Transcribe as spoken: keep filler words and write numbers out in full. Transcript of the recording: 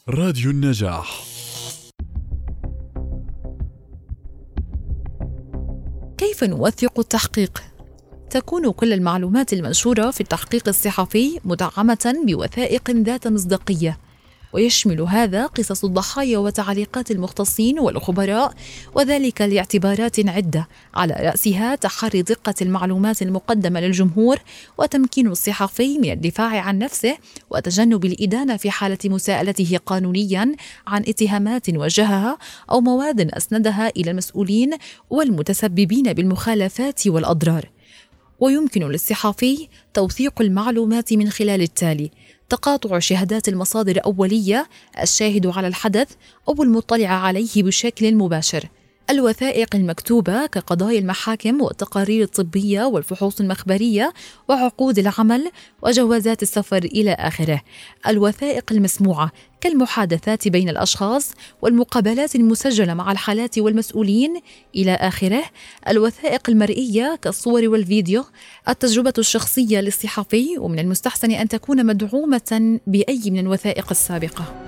راديو النجاح. كيف نوثق التحقيق؟ تكون كل المعلومات المنشورة في التحقيق الصحفي مدعمة بوثائق ذات مصداقية، ويشمل هذا قصص الضحايا وتعليقات المختصين والخبراء، وذلك لاعتبارات عدة، على رأسها تحري دقة المعلومات المقدمة للجمهور، وتمكين الصحفي من الدفاع عن نفسه وتجنب الإدانة في حالة مساءلته قانونيا عن اتهامات وجهها أو مواد أسندها إلى المسؤولين والمتسببين بالمخالفات والأضرار. ويمكن للصحفي توثيق المعلومات من خلال التالي: تقاطع شهادات المصادر الأولية، الشاهد على الحدث أو المطلع عليه بشكل مباشر، الوثائق المكتوبة كقضايا المحاكم والتقارير الطبية والفحوص المخبرية وعقود العمل وجوازات السفر إلى آخره، الوثائق المسموعة كالمحادثات بين الأشخاص والمقابلات المسجلة مع الحالات والمسؤولين إلى آخره، الوثائق المرئية كالصور والفيديو، التجربة الشخصية للصحفي، ومن المستحسن أن تكون مدعومة بأي من الوثائق السابقة.